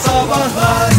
Sabahlar.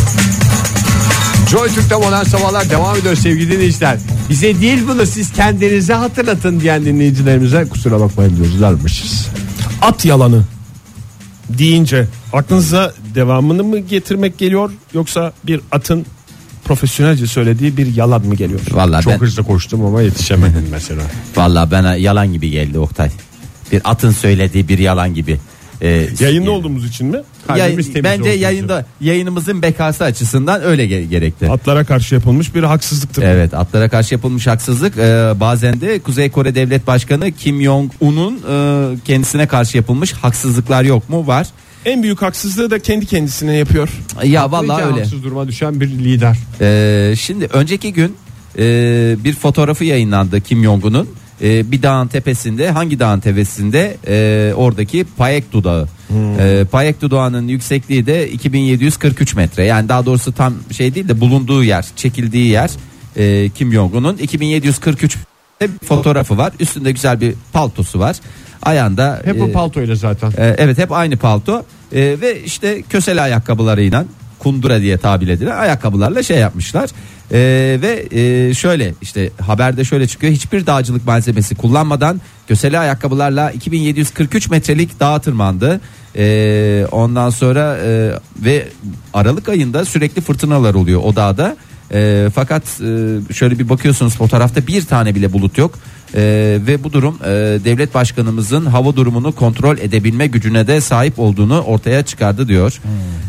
Joy Türk'te modern sabahlar devam ediyor sevgili dinleyiciler. Bize değil bunu siz kendinize hatırlatın diyen dinleyicilerimize kusura bakmayın diyoruz, darmışız. At yalanı deyince aklınıza devamını mı getirmek geliyor, yoksa bir atın profesyonelce söylediği bir yalan mı geliyor? Vallahi Çok hızlı koştum ama yetişemedim mesela. Vallahi bana yalan gibi geldi Oktay. Bir atın söylediği bir yalan gibi. Yayında olduğumuz için mi? Bence yayınımızın bekası açısından öyle gerekti. Atlara karşı yapılmış bir haksızlıktır. Evet, atlara karşı yapılmış haksızlık. Bazen de Kuzey Kore Devlet Başkanı Kim Jong-un'un kendisine karşı yapılmış haksızlıklar yok mu? Var. En büyük haksızlığı da kendi kendisine yapıyor. Ya vallahi öyle. Haksız duruma düşen bir lider. Şimdi önceki gün bir fotoğrafı yayınlandı Kim Jong-un'un. Bir dağın tepesinde, hangi dağın tepesinde? Oradaki Paektu Dağı. Paektu Dağı'nın yüksekliği de 2743 metre. Yani daha doğrusu tam şey değil de bulunduğu yer, çekildiği yer Kim Jong-un'un 2743 bir fotoğrafı var. Üstünde güzel bir paltosu var. Ayağında hep o paltoyla zaten. Evet, hep aynı palto ve işte kösele ayakkabılarıyla, kundura diye tabir edilen ayakkabılarla şey yapmışlar. Ve şöyle işte haberde şöyle çıkıyor: hiçbir dağcılık malzemesi kullanmadan kösele ayakkabılarla 2743 metrelik dağa tırmandı. Ondan sonra ve Aralık ayında sürekli fırtınalar oluyor o dağda. Fakat şöyle bir bakıyorsunuz fotoğrafta bir tane bile bulut yok. Ve bu durum devlet başkanımızın hava durumunu kontrol edebilme gücüne de sahip olduğunu ortaya çıkardı diyor.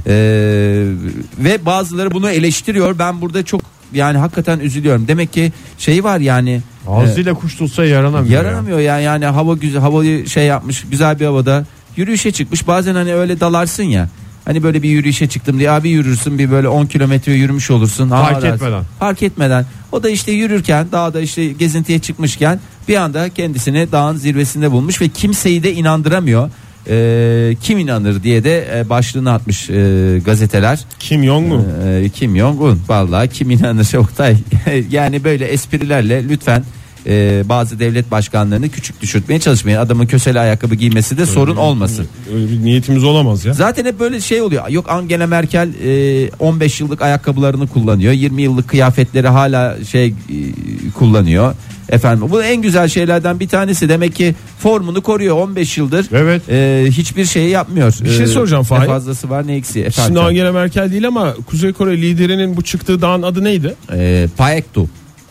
Ve bazıları bunu eleştiriyor. Ben burada çok yani hakikaten üzülüyorum. Demek ki şey var yani. Ağzıyla kuş tutsa yaranamıyor. Yaranamıyor yani hava güzel, havayı şey yapmış, güzel bir havada yürüyüşe çıkmış. Bazen hani öyle dalarsın ya. Hani böyle bir yürüyüşe çıktım diye abi yürürsün, bir böyle 10 kilometre yürümüş olursun. Fark etmeden. O da işte yürürken dağda işte gezintiye çıkmışken bir anda kendisini dağın zirvesinde bulmuş ve kimseyi de inandıramıyor. Kim inanır diye de başlığını atmış gazeteler. Kim Jong-un. Kim Jong-un. Vallahi kim inanır Oktay. Yani böyle esprilerle lütfen bazı devlet başkanlarını küçük düşürtmeye çalışmayın. Adamın kösele ayakkabı giymesi de sorun olmasın. Öyle bir niyetimiz olamaz ya. Zaten hep böyle şey oluyor. Yok, Angela Merkel 15 yıllık ayakkabılarını kullanıyor. 20 yıllık kıyafetleri hala kullanıyor. Efendim bu en güzel şeylerden bir tanesi. Demek ki formunu koruyor 15 yıldır. Evet. Hiçbir şey yapmıyor. Bir şey soracağım Fahir. Ne fazlası var ne eksiği. Efendim, şimdi Angela Merkel değil ama Kuzey Kore liderinin bu çıktığı dağın adı neydi? Paektu.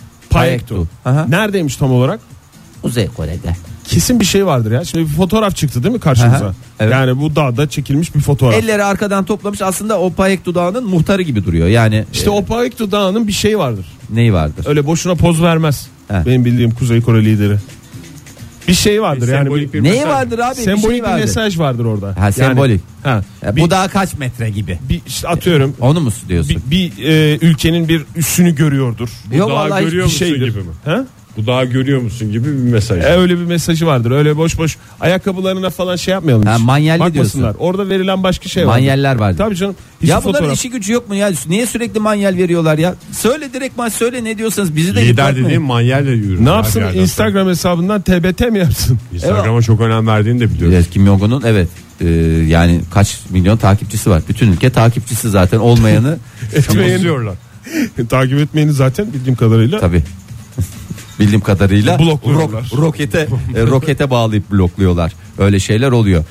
Neredeymiş tam olarak? Kuzey Kore'de. Kesin bir şey vardır ya. Şimdi bir fotoğraf çıktı değil mi karşımıza? Evet. Yani bu dağda çekilmiş bir fotoğraf. Elleri arkadan toplamış, aslında o Paektu Dağı'nın muhtarı gibi duruyor. Yani İşte o Paektu Dağı'nın bir şey vardır. Neyi vardır? Öyle boşuna poz vermez. Benim bildiğim Kuzey Kore lideri. Bir şey vardır yani. Neyi vardır abi? Sembolik bir mesaj vardır orada. Sembolik. Yani, bu dağ kaç metre gibi? İşte atıyorum. Onu mu diyorsun? Bir ülkenin bir üssünü görüyordur. Bu dağı görüyor musun gibi mi? Bu dağı görüyor musun gibi bir mesaj. Öyle bir mesajı vardır. Öyle boş ayakkabılarına falan şey yapmayalım. Manyelli diyorsun. Orada verilen başka şey var. Manyeller vardır. Tabii canım. Ya bunların işi gücü yok mu ya? Niye sürekli manyel veriyorlar ya? Söyle direkt söyle ne diyorsanız, bizi de lider dediğim manyelle yürür. Ne yapsın? Instagram hesabından TBT mi yapsın? Instagram'a çok önem verdiğini de biliyoruz. Kim Jong-un'un yani kaç milyon takipçisi var. Bütün ülke takipçisi zaten, olmayanı çamurluyorlar. Takip etmeyeni zaten bildiğim kadarıyla. Tabii. Bildiğim kadarıyla blokluyorlar. Rokete bağlayıp blokluyorlar. Öyle şeyler oluyor.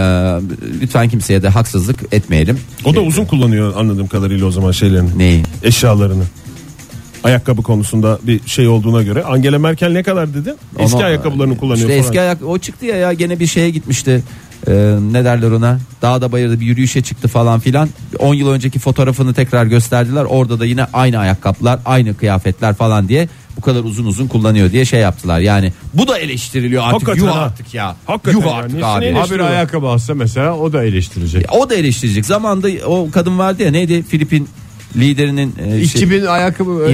Lütfen kimseye de haksızlık etmeyelim. O da uzun kullanıyor anladığım kadarıyla o zaman şeylerini. Neyi? Eşyalarını. Ayakkabı konusunda bir şey olduğuna göre. Angela Merkel ne kadar dedi? Eski ayakkabılarını kullanıyor işte falan. O çıktı ya gene bir şeye gitmişti. Ne derler ona? Dağda bayırda bir yürüyüşe çıktı falan filan. 10 yıl önceki fotoğrafını tekrar gösterdiler. Orada da yine aynı ayakkabılar, aynı kıyafetler falan diye bu kadar uzun kullanıyor diye şey yaptılar. Yani bu da eleştiriliyor artık. Hakikaten yuh artık ya. Hakikaten yuh artık abi. Bir ayakkabı alsa mesela o da eleştirecek. O da eleştirecek. Zamanında o kadın vardı ya, neydi? Filipin liderinin 2000 ayakkabı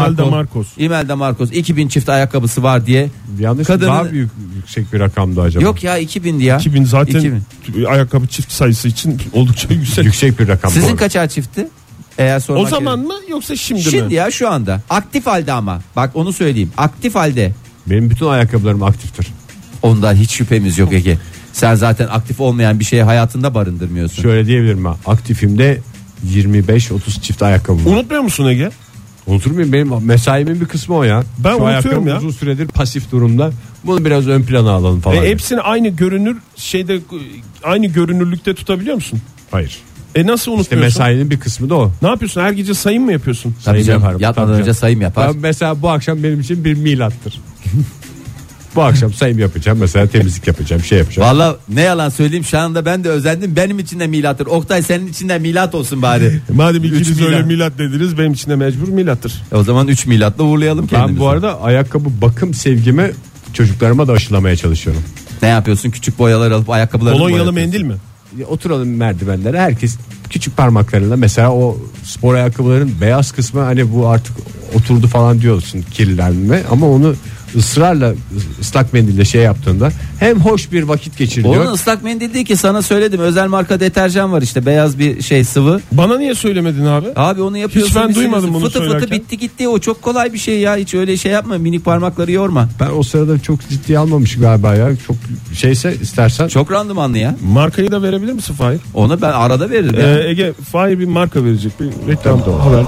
Imelda Marcos 2000 çift ayakkabısı var diye. Yanlış, daha yüksek bir rakamdı acaba. Yok ya 2000'di ya. 2000 zaten ayakkabı çift sayısı için oldukça yüksek bir rakam. Sizin kaçar çiftti? O zaman mı yoksa şimdi mi? Şimdi ya, şu anda. Aktif halde ama. Bak onu söyleyeyim. Aktif halde. Benim bütün ayakkabılarım aktiftir. Ondan hiç şüphemiz yok Ege. Sen zaten aktif olmayan bir şeyi hayatında barındırmıyorsun. Şöyle diyebilirim ben. Aktifimde 25-30 çift ayakkabı var. Unutmuyor musun Ege? Unutur muyum? Benim mesaimin bir kısmı o ya. Ben Şu unutuyorum ayakkabı ya. uzun süredir pasif durumda. Bunu biraz ön plana alalım falan. Hepsini aynı aynı görünürlükte tutabiliyor musun? Hayır. Nasıl İşte unutmuyorsun? mesainin bir kısmı da o. Ne yapıyorsun? Her gece sayım mı yapıyorsun? Tabii Sayım canım, yaparım. yatmadan Tabii önce canım. sayım yapar. Ben mesela bu akşam benim için bir milattır. Bu akşam sayım yapacağım. Mesela temizlik yapacağım, şey yapacağım. Valla ne yalan söyleyeyim, şu anda ben de özendim. Benim için de milattır. Oktay, senin için de milat olsun bari. Madem ikiniz milat. öyle milat dediniz, benim için de mecbur milattır. O zaman 3 milatla uğurlayalım kendimizi. Ben bu arada ayakkabı bakım sevgimi çocuklarıma da aşılamaya çalışıyorum. Ne yapıyorsun? Küçük boyalar alıp ayakkabılarını Kolonyalı boyatıyorsun. mendil mi? Oturalım merdivenlere, herkes küçük parmaklarıyla mesela o spor ayakkabıların beyaz kısmı, hani bu artık oturdu falan diyorsun, kirlenme, ama onu ısrarla ıslak mendille şey yaptığında hem hoş bir vakit geçiriliyor. Onun ıslak mendil değil ki, sana söyledim, özel marka deterjan var işte, beyaz bir şey, sıvı. Bana niye söylemedin abi? Abi onu yapıyorsun. Hiç ben duymadım bunu fıtı söylerken. fıtı bitti gitti, o çok kolay bir şey ya, hiç öyle şey yapma, minik parmakları yorma. Ben o sırada çok ciddiye almamışım galiba ya, çok şeyse istersen. Çok randımanlı ya. Markayı da verebilir misin Fahir? Onu ben arada veririm ya. Ege, Fahir bir marka verecek, bir reklam haber.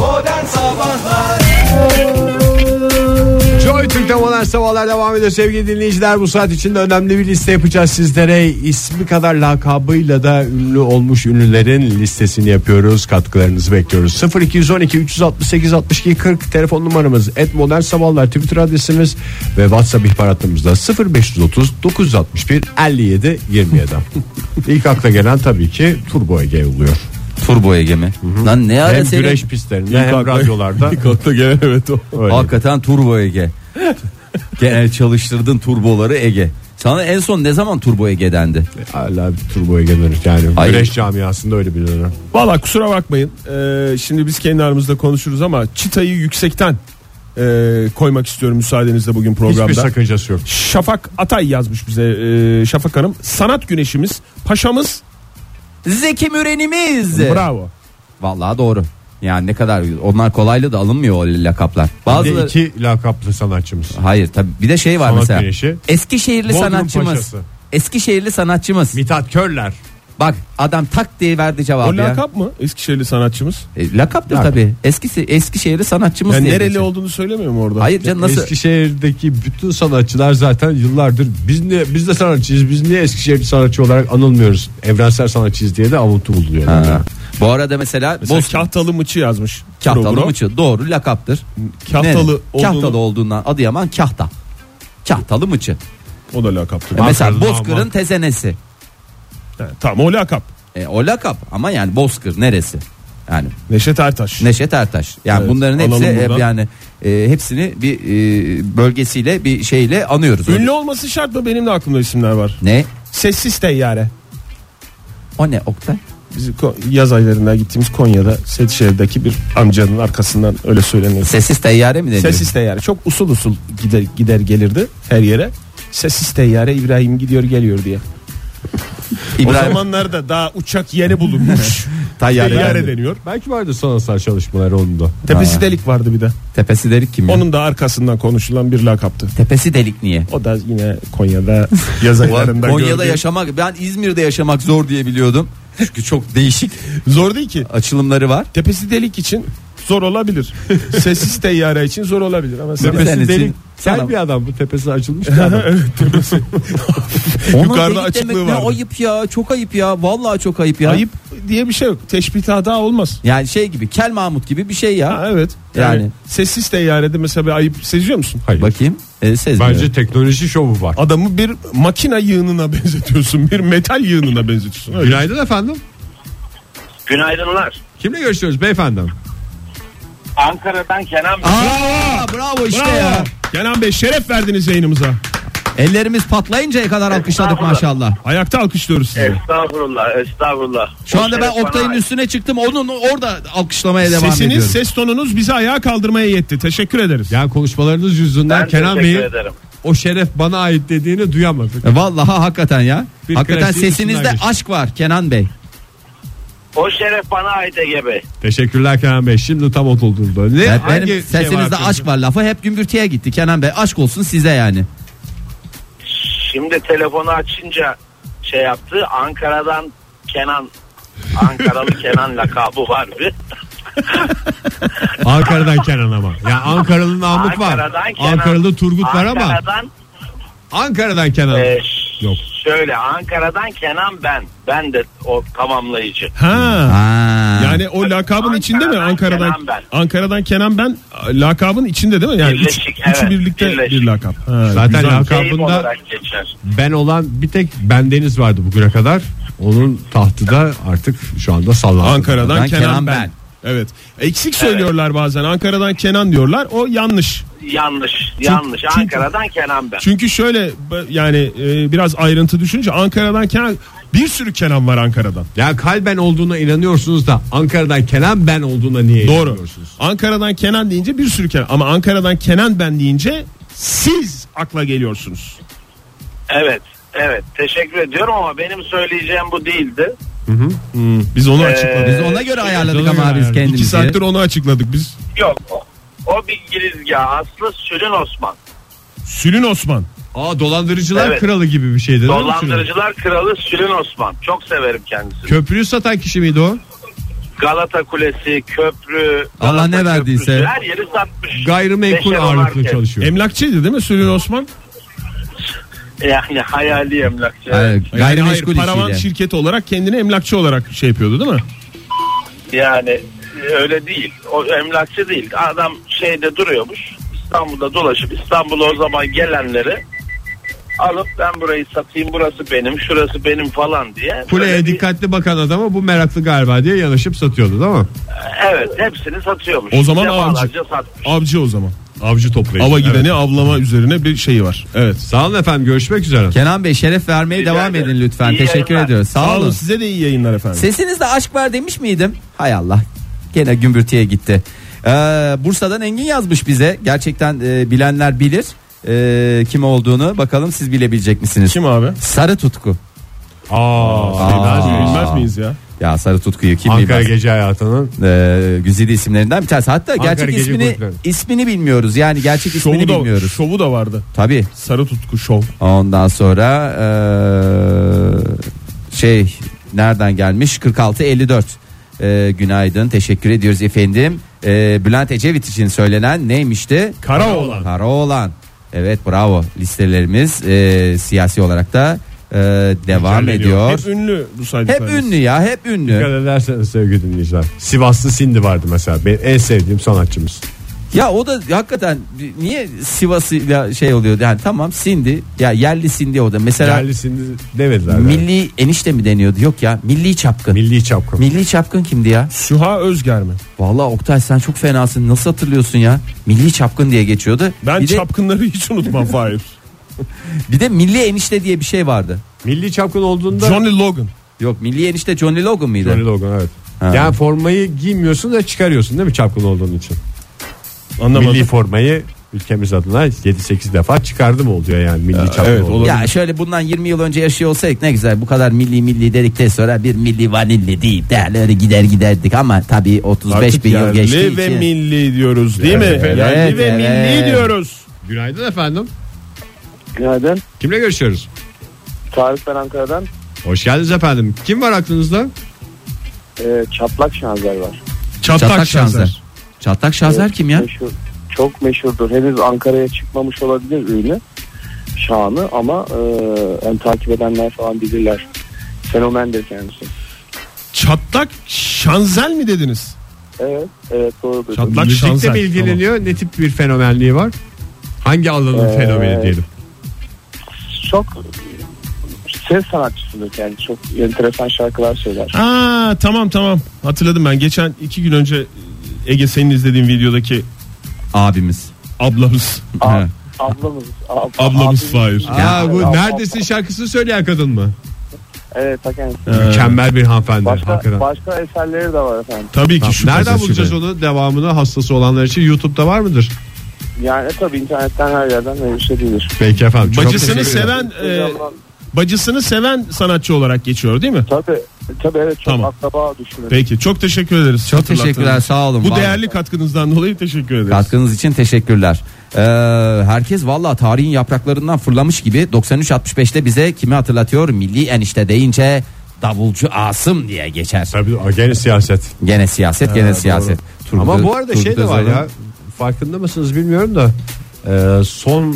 Joy Türk'te modern sabahlar devam ediyor sevgili dinleyiciler. Bu saat içinde önemli bir liste yapacağız sizlere. İsmi kadar lakabıyla da ünlü olmuş ünlülerin listesini yapıyoruz. Katkılarınızı bekliyoruz. 0212 368 62 40 telefon numaramız, @modern sabahlar Twitter adresimiz ve WhatsApp ihbar hattımızda 0530 961 57 27. İlk akla gelen tabii ki Turbo Ege oluyor. Turbo Ege mi? Lan ne ara Hem senin? güreş pistlerinde hem radyolarda. İlk akla gelen evet o. Öyle. Hakikaten Turbo Ege. Genel çalıştırdın turboları Ege. Sana en son ne zaman Turbo Ege dendi? Hala bir Turbo Ege dönür yani. Hayır. Güreş camiasında öyle bir dönem. Valla kusura bakmayın. Şimdi biz kendi aramızda konuşuruz ama çıtayı yüksekten koymak istiyorum müsaadenizle bugün programda. Hiçbir sakıncası yok. Şafak Atay yazmış bize, Şafak Hanım. Sanat güneşimiz, paşamız. Zeki Müren'imiz. Bravo. Vallahi doğru. Yani ne kadar, onlar kolayla da alınmıyor o lakaplar. Bir de Bazıları... iki lakaplı sanatçımız. Hayır tabii, bir de şey var Sanat mesela. güneşi. Eskişehirli Bodrum sanatçımız. Paşası. Eskişehirli sanatçımız. Mithat Körler. Bak adam tak diye verdi cevabı O ya. lakap mı Eskişehirli sanatçımız? Lakaptır Lakap. tabii. Eskişehirli sanatçımız Yani diye nereli geçiyor. olduğunu söylemiyor mu orada? Hayır canım, nasıl? Eskişehir'deki bütün sanatçılar zaten yıllardır biz de sanatçıyız, biz niye Eskişehirli sanatçı olarak anılmıyoruz, evrensel sanatçıyız diye de avuntu buluyor. Ha. Bu arada mesela Kahtalı Mıçı yazmış. Kahtalı Bro. Mıçı doğru lakaptır. Kahtalı Kahtalı olduğundan Adıyaman Kahta. Kahtalı Mıçı. O da lakaptır. Mesela Ankara'da Bozkır'ın ama. tezenesi. Tamam, o lakap. O lakap ama yani Bozkır neresi? Yani Neşet Ertaş. Neşet Ertaş. Yani Evet, bunların hepsi alalım hep buradan. yani hepsini bir bölgesiyle, bir şeyle anıyoruz. Ünlü olması şart mı? Benim de aklımda isimler var. Ne? Sessiz Teyyare. O ne Oktay? Biz yaz aylarında gittiğimiz Konya'da Sedişehir'deki bir amcanın arkasından öyle söyleniyor. Sessiz teyyare mi deniyor? Sessiz Teyyare. Çok usul usul gider gelirdi her yere. Sessiz Teyyare, İbrahim gidiyor geliyor diye. O İbrahim zamanlarda daha uçak yeni bulunmuş. Teyyare Teyyare deniyor. Belki vardı sanatsal çalışmaları onun da. Tepesi delik vardı bir de. Tepesi delik kim ya? Onun da arkasından konuşulan bir lakaptı. Tepesi delik niye? O da yine Konya'da yaz aylarında Konya'da gördüğüm- yaşamak, ben İzmir'de yaşamak zor diye biliyordum. Çünkü çok değişik Zor değil ki. açılımları var. Tepesi delik için zor olabilir. Sessiz Teyyare için zor olabilir ama Tabii. Tepesi Senin delik. için- Sen sana- bir adam, bu tepesi açılmış bir adam. Onun Yukarıda delik açıklığı demek ne vardı. ayıp ya, çok ayıp ya, vallahi çok ayıp ya. Ayıp diye bir şey yok. Teşbih daha olmaz. Yani şey gibi, Kel Mahmut gibi bir şey ya. Ha, evet. Yani. Sessiz Teyyare'de mesela bir ayıp seziyor musun? Hayır. Bakayım. Sezmiyorum. Bence teknoloji şovu var. Adamı bir makina yığınına benzetiyorsun. Bir metal yığınına benzetiyorsun. Öyle. Günaydın efendim. Günaydınlar. Kimle görüşüyoruz beyefendi? Ankara'dan Kenan Bey. Bravo işte Bravo. ya. Kenan Bey, şeref verdiniz yayınımıza. Ellerimiz patlayıncaya kadar alkışladık Estağfurullah. maşallah. Ayakta alkışlıyoruz sizi. Estağfurullah. Şu O anda ben şeref Oktay'ın bana üstüne çıktım. Onun orada alkışlamaya devam Sesiniz, ediyorum. ses tonunuz bizi ayağa kaldırmaya yetti. Teşekkür ederiz. Yani konuşmalarınız yüzünden Ben Kenan teşekkür Bey'in ederim. o şeref bana ait dediğini duyamadık. Vallahi hakikaten ya. Bir Hakikaten klasiğin sesinizde üstünden geçti. aşk var Kenan Bey. O şeref bana ait Ege Bey. Teşekkürler Kenan Bey. Şimdi tam oturdu. Ne? Evet, Hangi benim şey sesinizde var aşk var lafı hep gümbürtüye gitti Kenan Bey. Aşk olsun size yani. Şimdi telefonu açınca şey yaptı. Ankara'dan Kenan, Ankaralı Kenan lakabı var bir. Ankara'dan Kenan ama. Yani Ankaralı Namık var. Ankaralı Turgut var ama Ankara'dan Kenan yok. Şöyle Ankara'dan Kenan ben. Ben de o tamamlayıcı. Yani o lakabın içinde mi Ankara'dan Kenan ben lakabın içinde değil mi? Yani üçü birlikte bir lakap. Zaten lakabında ben olan bir tek bendeniz vardı bugüne kadar. Onun tahtı da artık şu anda sallandı. Ankara'dan Kenan ben. Evet. Eksik söylüyorlar bazen. Ankara'dan Kenan diyorlar. O yanlış. Yanlış. Ankara'dan Kenan ben. Çünkü şöyle yani biraz ayrıntı düşününce Ankara'dan Kenan, bir sürü Kenan var Ankara'dan. Ya kalben olduğuna inanıyorsunuz da Ankara'dan Kenan ben olduğuna niye inanıyorsunuz? Ankara'dan Kenan deyince bir sürü Kenan, ama Ankara'dan Kenan ben deyince siz akla geliyorsunuz. Evet. Teşekkür ediyorum ama benim söyleyeceğim bu değildi. Biz onu açıkladık. Biz ona göre ayarladık ama biz kendimizi. 2 saattir onu açıkladık biz. Yok. O bir girizgah. Aslı Sülün Osman. Sülün Osman. Dolandırıcılar kralı gibi bir şeydi değil mi? Dolandırıcılar kralı Sülün Osman. Çok severim kendisini. Köprüyü satan kişi miydi o? Galata Kulesi, köprü. Allah ne verdiyse. Köprüsü, her yeri satmış. Gayrimenkul ağırlıklı çalışıyor. Emlakçıydı değil mi Sülün Osman? Yani hayali emlakçı. Gayrimenkul paravan şirketi olarak kendini emlakçı olarak şey yapıyordu değil mi? Yani öyle değil. O emlakçı değil. Adam şeyde duruyormuş. İstanbul'da dolaşıp İstanbul'a o zaman gelenleri alıp ben burayı satayım, burası benim, şurası benim falan diye. Kuleye dikkatli bakan adama bu meraklı galiba diye yanaşıp satıyordu değil mi? Evet, hepsini satıyormuş. O zaman avcı o zaman. Avcı toplayıcı. Ava gideni avlama üzerine bir şeyi var. Evet. Sağ olun efendim, görüşmek üzere. Kenan Bey, şeref vermeye devam edin lütfen. İyi teşekkür yayınlar. ediyoruz. Sağ olun. Size de iyi yayınlar efendim. Sesinizde aşk var demiş miydim? Hay Allah. Gene gümbürtüye gitti. Bursa'dan Engin yazmış bize. Gerçekten bilenler bilir kim olduğunu. Bakalım siz bilebilecek misiniz? Kim abi? Sarı Tutku. Bilmez miyiz ya? Ya Sarı Tutku'yu kim Ankara bilmez? Gece Hayatının güzide isimlerinden bir tanesi. Hatta Ankara gerçek Gece ismini bilmiyoruz. Yani gerçek ismini bilmiyoruz. Şovu da vardı. Tabii. Sarı Tutku şov. Ondan sonra nereden gelmiş? 4654. Günaydın, teşekkür ediyoruz efendim. Bülent Ecevit için söylenen neymişti? Karaoğlan. Evet, bravo. Listelerimiz siyasi olarak da devam ediyor. Hep ünlü bu sayede. Hep ünlü ya, hep ünlü. dikkat ederseniz sevgili dinleyiciler. Sivaslı Sindi vardı mesela. Benim en sevdiğim sanatçımız. Ya o da hakikaten niye Sivas'ıyla şey oluyor? Yani tamam Sindi, ya yerli Sindi o da. Mesela Yerli Sindi demediler. milli enişte mi deniyordu? Yok ya, Milli Çapkın. Milli Çapkın kimdi ya? Süha Özger mi? Vallahi Oktay sen çok fenasın. Nasıl hatırlıyorsun ya? Milli Çapkın diye geçiyordu. Ben çapkınları hiç unutmam Fahir. Bir de Milli Enişte diye bir şey vardı. Milli Çapkın olduğunda Johnny Logan. Yok, Milli Enişte Johnny Logan mıydı? Johnny Logan, evet. Ha. Yani formayı giymiyorsun da çıkarıyorsun değil mi çapkın olduğun için? Anlamadım. Milli formayı ülkemiz adına 7-8 defa çıkardım oluyor yani milli çapkın evet, olduğun. Ya şöyle bundan 20 yıl önce yaşıyor olsaydık ne güzel, bu kadar milli dedikten sonra bir milli vanilli değil değerleri giderdik ama tabii 35 bin yıl geçtiği yerli ve için. milli diyoruz değil mi? Evet, Yerli ve evet. milli diyoruz. Günaydın efendim. Günaydın. Kimle görüşüyoruz? Tarık ben Ankara'dan. Hoş geldiniz efendim. Kim var aklınızda? Çatlak Şanzer var. Çatlak Şanzer. Çatlak Şanzer kim ya? Çok meşhurdur. Henüz Ankara'ya çıkmamış olabilir ünlü. Şanı ama yani takip edenler falan bilirler. Fenomendir kendisi. Çatlak Şanzel mi dediniz? Evet doğru. Çatlak Müzikle Şanzer. mi ilgileniyor? Ne tip bir fenomenliği var? Hangi alanın fenomeni diyelim? Çok ses sanatçısıdır yani, çok enteresan şarkılar söyler. Tamam hatırladım ben. Geçen 2 gün önce Ege senin izlediğin videodaki Abimiz. ablamız. Ablamız Fahir. Bu neredesin şarkısını söyleyen kadın mı? Evet ta kendisi. Mükemmel bir hanımefendi. Hakikaten. Başka eserleri de var efendim. Tabii ki şu Nereden bulacağız onu, devamını hastası olanlar için? YouTube'da var mıdır? Yani tabii internetten her yerden erişebilir. Peki efendim. Bacısını seven sanatçı olarak geçiyor değil mi? Tabii evet, çok Tamam. akraba düşünüyorum. Peki çok teşekkür ederiz. Çok teşekkürler, sağ olun. Bu Vallahi. değerli katkınızdan dolayı teşekkür ederiz. Katkınız için teşekkürler. Herkes vallahi tarihin yapraklarından fırlamış gibi 93-65'te bize kimi hatırlatıyor? Milli enişte deyince davulcu Asım diye geçer. Tabii gene siyaset. Gene siyaset, gene siyaset. Ama bu arada şey de var ya, farkında mısınız bilmiyorum da son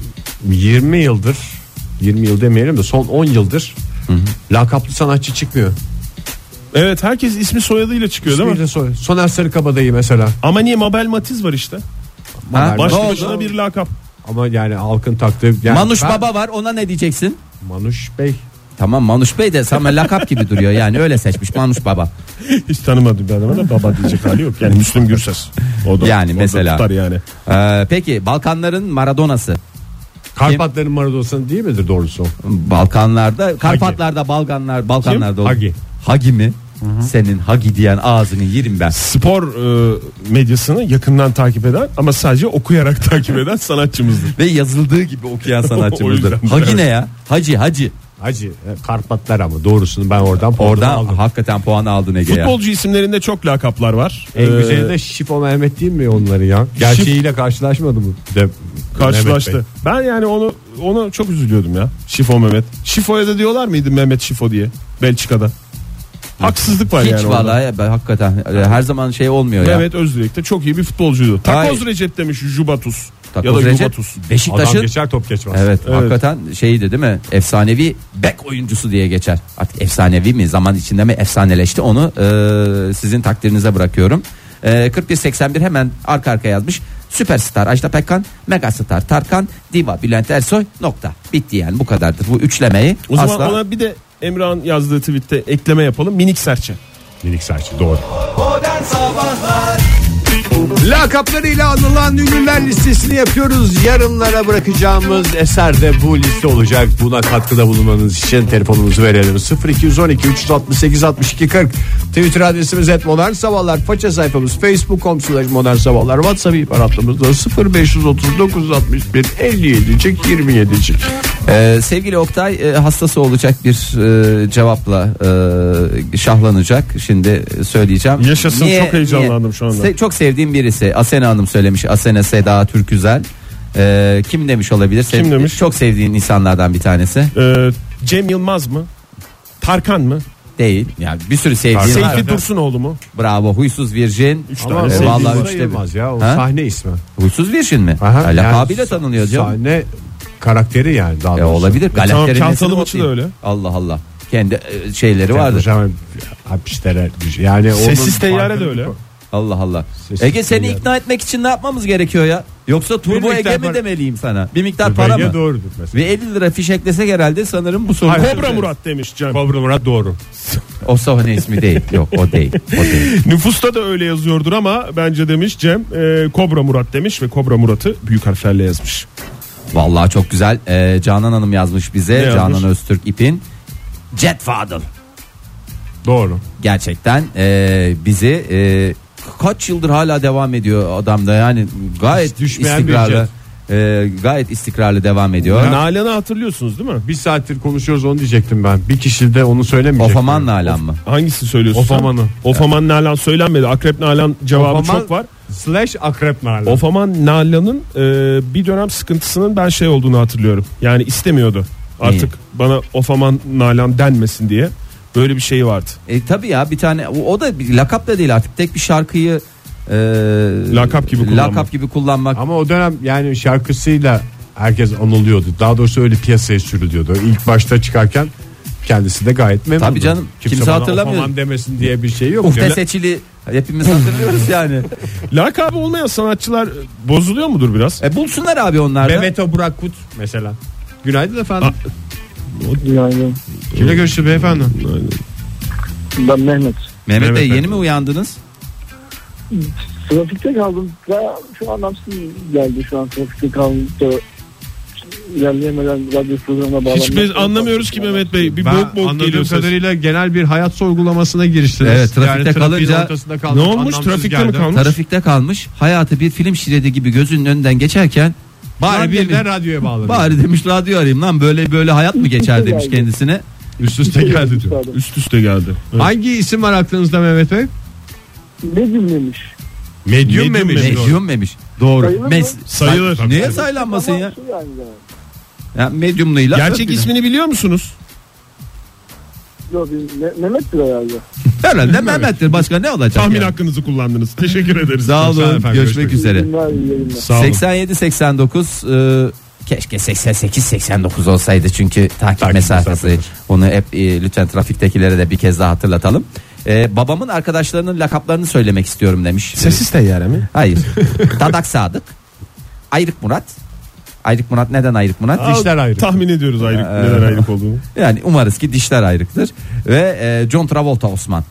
20 yıldır, 20 yıl demeyelim de son 10 yıldır lakaplı sanatçı çıkmıyor. Evet, herkes ismi soyadıyla çıkıyor değil mi? Soner Sarıkabadayı mesela. Ama niye Mabel Matiz var işte. Ha, Başlı ne başına oldu? bir lakap. Ama yani halkın taktığı. Yani Manuş Baba var, ona ne diyeceksin? Manuş Bey. Tamam, Manuş Bey de sana lakap gibi duruyor, yani öyle seçmiş Manuş Baba. Hiç tanımadığım bir adama da baba diyecek hali yok. Yani Müslüm Gürses. O da, Yani o da mesela. tutar yani. Peki Balkanların Maradona'sı. Karpatların Maradona'sı değil midir doğrusu? Balkanlarda, Karpatlarda, Balkanlarda. Hagi. Hagi mi? Senin Hagi diyen ağzını yerim ben. Spor medyasını yakından takip eden ama sadece okuyarak takip eden sanatçımızdır. Ve yazıldığı gibi okuyan O sanatçımızdır. yüzden, Hagi evet. ne ya? Hacı. Hacı Karpatlar ama doğrusunu ben oradan aldım. Hakikaten puan aldın Ege ya. Futbolcu isimlerinde çok lakaplar var. En güzeli de Şifo Mehmet değil mi onları ya? Gerçeğiyle karşılaşmadı mı? Karşılaştı. Ben yani onu çok üzülüyordum ya. Şifo Mehmet. Şifo'ya da diyorlar mıydı Mehmet Şifo diye Belçika'da? Haksızlık var Hiç yani orada. vallahi hakikaten her zaman şey olmuyor ya. Mehmet Özdilek de çok iyi bir futbolcuydu. Takoz Hayır. Recep demiş Jubatus. Takoz Ya da Recep, Jubatus. Adam Beşiktaş'ın geçer top geçmez. evet, hakikaten şeydi değil mi? Efsanevi bek oyuncusu diye geçer. Artık efsanevi mi, zaman içinde mi efsaneleşti, onu sizin takdirinize bırakıyorum. 4181 hemen arka arka yazmış. Süperstar Ajda Pekkan, Megastar Tarkan, Diva Bülent Ersoy, nokta. Bitti yani, bu kadardır. Bu üçlemeyi O zaman asla... ona bir de Emrah'ın yazdığı tweette ekleme yapalım. Minik serçe. Minik Serçe doğru. Lakaplarıyla anılan ünlüler listesini yapıyoruz. Yarınlara bırakacağımız eser de bu liste olacak. Buna katkıda bulunmanız için telefonumuzu verelim. 0212 368 62 40. Twitter adresimiz @modernsabahlar. Faça sayfamız facebook.com/modernsabahlar. WhatsApp ihbar hattımızda 0539 61 57 27. Sevgili Oktay hastası olacak bir cevapla şahlanacak. Şimdi söyleyeceğim. Yaşasın, çok heyecanlandım şu anda. Çok sevdiğim birisi, Asena Hanım söylemiş. Asena Seda Türküzel. Kim demiş olabilir? Kim demiş? Çok sevdiğin insanlardan bir tanesi. Cem Yılmaz mı? Tarkan mı? Değil. Yani bir sürü sevdiğin var. Seyfi Dursunoğlu mu? Bravo. Huysuz Virjin. Ama tane sevdiğim vallahi üçte sayılmaz bir. ya. O Ha? sahne ismi. Huysuz Virjin mi? Aha, Lakabıyla yani tanınıyor canım. Sahne karakteri yani daha doğrusu. Olabilir. Tamam, Galakterin Çantalı nesini Maçı da okuyayım. öyle. Allah Allah. Kendi şeyleri vardır. Hocam hapislere yani Sessiz Teyyare de öyle. Allah Allah. Sessiz Ege seni Teyyare. ikna etmek için ne yapmamız gerekiyor ya? Yoksa Turbo Bir miktar Ege mi para- demeliyim sana? Bir miktar para mı? doğrudur mesela. Ve 50 lira fiş eklesek herhalde sanırım bu soru. Kobra Murat demiş Cem. Kobra Murat doğru. O sahne ismi değil. Yok o değil. O değil. Nüfusta da öyle yazıyordur ama bence demiş Cem Kobra Murat demiş ve Kobra Murat'ı büyük harflerle yazmış. Vallahi çok güzel. Canan Hanım yazmış bize. Ne yazmış? Canan Öztürk İpin. Jet Fadıl. Doğru. Gerçekten bizi kaç yıldır hala devam ediyor adam da, yani gayet Hiç düşmeyen bir istikrarlı. Gayet istikrarlı devam ediyor. Nalan'ı hatırlıyorsunuz değil mi? Bir saattir konuşuyoruz onu diyecektim ben. Bir kişi de onu söylemeyecek. Ofaman Nalan mı? Hangisi söylüyorsun? Ofaman'ı. Ofaman Nalan söylenmedi. Akrep Nalan cevabı Ofaman çok var. / akrep Nalan. Ofaman Nalan'ın bir dönem sıkıntısının ben şey olduğunu hatırlıyorum. Yani istemiyordu. Artık bana Ofaman Nalan denmesin diye. Böyle bir şey vardı. Tabii ya, bir tane o da bir lakap da değil artık, tek bir şarkıyı Lakap gibi kullanmak. kullanmak. Ama o dönem yani şarkısıyla herkes anılıyordu. Daha doğrusu öyle piyasaya sürülüyordu. İlk başta çıkarken kendisi de gayet memnundu. Tabii canım, kimse bana hatırlamıyor. Ofaman demesin diye bir şey yok. Ufte Seçili hepimiz hatırlıyoruz yani. Lakabı olmayan sanatçılar bozuluyor mudur biraz? Bulsunlar abi onlar da. Mehmet Burak Kut mesela. Günaydın efendim. Günaydın. Kimle görüştü beyefendi? Ben Mehmet. Mehmet Bey, Bey. yeni mi uyandınız? Trafikte kaldım. Daha şu anlamsız geldi şu an trafikte kaldım. İlerleyemeden radyo programına bağlanmak. Hiçbir anlamıyoruz ki Mehmet Bey. Bir Ben boğuk boğuk anladığım geliyor ses. kadarıyla genel bir hayat sorgulamasına giriştiniz. Evet, trafikte trafiğin kalınca- ortasında kalmak Ne olmuş? anlamsız Trafikte mi geldi. kalmış? Trafikte kalmış. Hayatı bir film şeridi gibi gözünün önünden geçerken Bari Lan bir demiş, de radyoya bağlanıyor. bari demiş radyo arayayım lan, böyle hayat mı geçer demiş kendisine. Üst üste geldi diyor. Üst üste geldi. Evet. Hangi isim var aklınızda Mehmet Bey? Medium demiş. Medyum memiş. Medyum memiş. Doğru. Sayılır mı? Sayılır. Niye saylanmasın ya? Ama şey yani de. Ya medyumluğuyla. Gerçek ismini biliyor musunuz? Yok Mehmet'tir herhalde. Herhalde Mehmet'tir. Başka ne olacak? Tahmin yani? hakkınızı kullandınız. Teşekkür ederiz. Sağ olun. efendim, Görüşmek üzere. İyi yayınlar. Sağ olun. 87-89 keşke 88-89 olsaydı çünkü takip mesafesi. Onu hep lütfen trafiktekilere de bir kez daha hatırlatalım. Babamın arkadaşlarının lakaplarını söylemek istiyorum demiş. Sessiz teyyare mi? Hayır. Dadak Sadık, Ayrık Murat. Ayrık Murat neden Ayrık Murat? Dişler ayrı. Tahmin ediyoruz ayrık, neden ayrık olduğunu. Yani umarız ki dişler ayrıktır. Ve John Travolta Osman.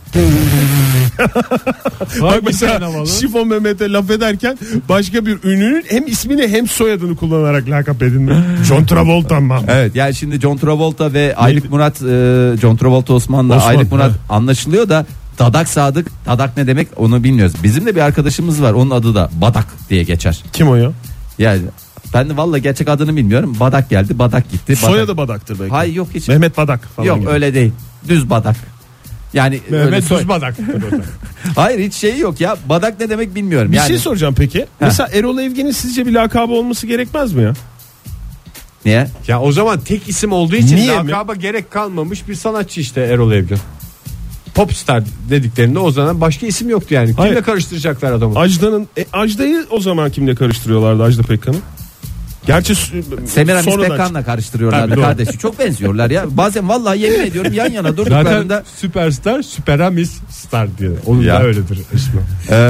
Bak mesela Şifon Mehmet'e laf ederken başka bir ünlünün hem ismini hem soyadını kullanarak lakap edinmiş. John Travolta mı? Evet yani şimdi John Travolta ve Ayrık Murat, John Travolta Osman'la Osman, Ayrık Murat he. anlaşılıyor da Dadak Sadık, Dadak ne demek onu bilmiyoruz. Bizim de bir arkadaşımız var, onun adı da Badak diye geçer. Kim o ya? Yani ben de valla gerçek adını bilmiyorum. Badak geldi, Badak gitti. Soyadı Badak'tır belki. Hayır yok hiç. Mehmet Badak falan Yok gibi. öyle değil. Düz Badak. Yani öyle Mehmet Düzbadak. Hayır hiç şey yok ya. Badak ne demek bilmiyorum. Bir yani, şey soracağım peki. Mesela Erol Evgin'in sizce bir lakabı olması gerekmez mi ya? Niye? Ya o zaman tek isim olduğu için Niye mi? lakaba gerek kalmamış bir sanatçı işte Erol Evgin. Popstar dediklerinde o zaman başka isim yoktu yani. Kimle Hayır. karıştıracaklar adamı? Ajda'yı o zaman kimle karıştırıyorlardı, Ajda Pekkan'ı? Gerçi Semiramis sonradan Pekkan'la karıştırıyorlar Tabii, da doğru. kardeşi. Çok benziyorlar ya. Bazen vallahi yemin ediyorum yan yana durduklarında. Zaten süperstar, süperamis star diye. Onun Ya. da öyledir ismi.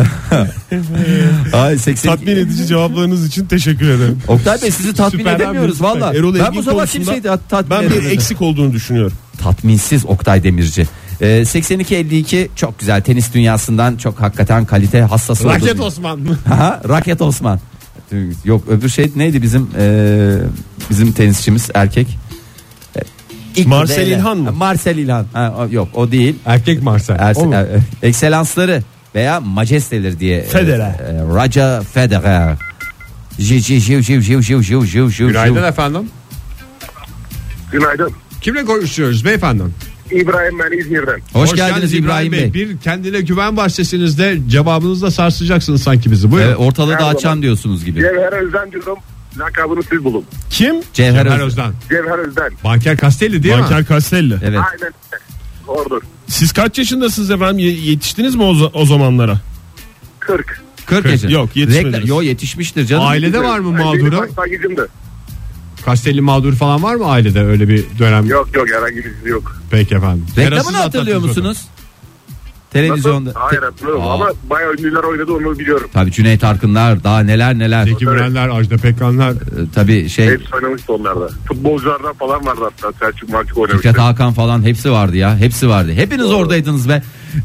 Ay 80. tatmin edici cevaplarınız için teşekkür ederim. Oktay Bey sizi tatmin Süper edemiyoruz abi, valla. Erol Ben Evgin bu sabah konusunda kimseyi tatmin Ben bir edemedim. eksik olduğunu düşünüyorum. Tatminsiz Oktay Demirci. 82-52 çok güzel tenis dünyasından çok hakikaten kalite hassas oldu. Raket Osman mı? Aha, Raket Osman. Yok öbür şey neydi bizim tenisçimiz erkek? İlk Marcel burada İlhan mı? Marcel İlhan. Yok o değil. Erkek Marcel. O mu? Ekselansları veya majesteleri diye. Federer. Roger Federer. Günaydın efendim. Günaydın. Kimle konuşuyoruz beyefendi? İbrahim ben İzmir'den. Hoş geldiniz İbrahim Bey. Bir kendine güven var sesinizde, cevabınızla sarsacaksınız sanki bizi. Buyurun. Ortalığı Her dağıtacağım zaman. diyorsunuz gibi. Cevher Özden diyorum. Lakabını siz bulun. Kim? Cevher Cevher Öz. Özden. Cevher Özden. Banker Castelli değil Banker mi? Castelli. Evet. Aynen. Doğrudur. Siz kaç yaşındasınız efendim? Yetiştiniz mi o zamanlara? 40. 40 yaşında. Yok, yetişmediniz. Yok yetişmiştir canım. Ailede var mı Benim mağduru? başlangıcımdı. Castelli mağduru falan var mı ailede öyle bir dönem? Yok herhangi bir yok. Peki efendim. Reklamını Yarasız hatırlıyor atlattınız musunuz? Televizyonda. Nasıl? Hayır hatırlıyorum ama bayağı ünlüler oynadı onu biliyorum. Tabii Cüneyt Arkınlar daha neler. Zeki Mürenler, Ajda Pekkanlar. Tabii şey Hepsi oynamıştı onlarda. Futbolculardan falan vardı hatta. Selçuk Malçuk oynamıştı. Fikret Hakan falan hepsi vardı ya. Hepsi vardı. Hepiniz oradaydınız be.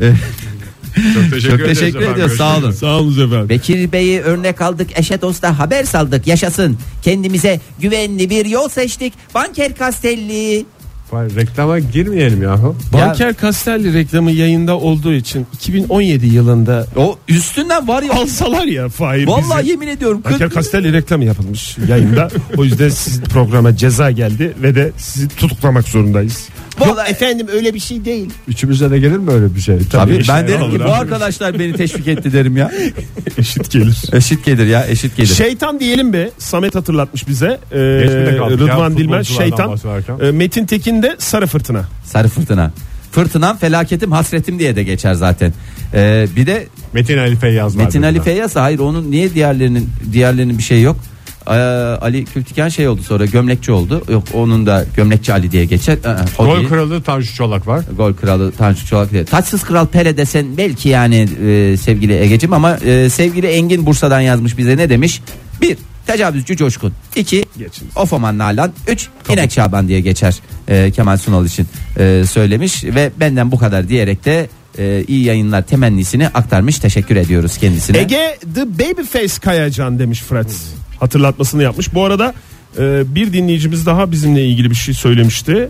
Çok teşekkür, Çok teşekkür efendim. ediyoruz. Sağ olun. Sağ olun efendim. Bekir Bey'i örnek aldık. Eşe dosta haber saldık. Yaşasın. Kendimize güvenli bir yol seçtik. Banker Castelli. Reklama girmeyelim yahu. Banker Castelli reklamı yayında olduğu için 2017 yılında O üstünden var ya. alsalar ya Fahir Vallahi bizi. yemin ediyorum. Banker Castelli reklamı yapılmış yayında. O yüzden sizin programa ceza geldi ve de sizi tutuklamak zorundayız. Vallahi- efendim öyle bir şey değil. Üçümüze de gelir mi öyle bir şey? Tabii işte ben derim ki olur bu abi. arkadaşlar beni teşvik etti derim ya. Eşit gelir. Eşit gelir ya eşit gelir. Şeytan diyelim be. Samet hatırlatmış bize. Geçmede kaldık ya, Rıdvan Dilmez futbolculardan şeytan. bahsederken. Metin Tekin de Sarı Fırtına. Sarı fırtına. Fırtınam felaketim hasretim diye de geçer zaten. Bir de Metin Ali Feyyaz var. Metin Ali dediler. Feyyaz hayır onun niye diğerlerinin bir şey yok. Ali Kültiken şey oldu sonra gömlekçi oldu. Yok onun da gömlekçi Ali diye geçer. O Gol değil. kralı Tanju Çolak var. Gol kralı Tanju Çolak diye. Taçsız kral Pele desen belki yani sevgili Egeciğim ama sevgili Engin Bursa'dan yazmış bize ne demiş? 1. Tecavüzcü Coşkun. 2. Geçiniz. Ofaman Nalan. 3. İnek Şaban diye geçer Kemal Sunal için söylemiş ve benden bu kadar diyerek de iyi yayınlar temennisini aktarmış. Teşekkür ediyoruz kendisine. Ege The Babyface Kayacan demiş Fred. Hatırlatmasını yapmış. Bu arada bir dinleyicimiz daha bizimle ilgili bir şey söylemişti.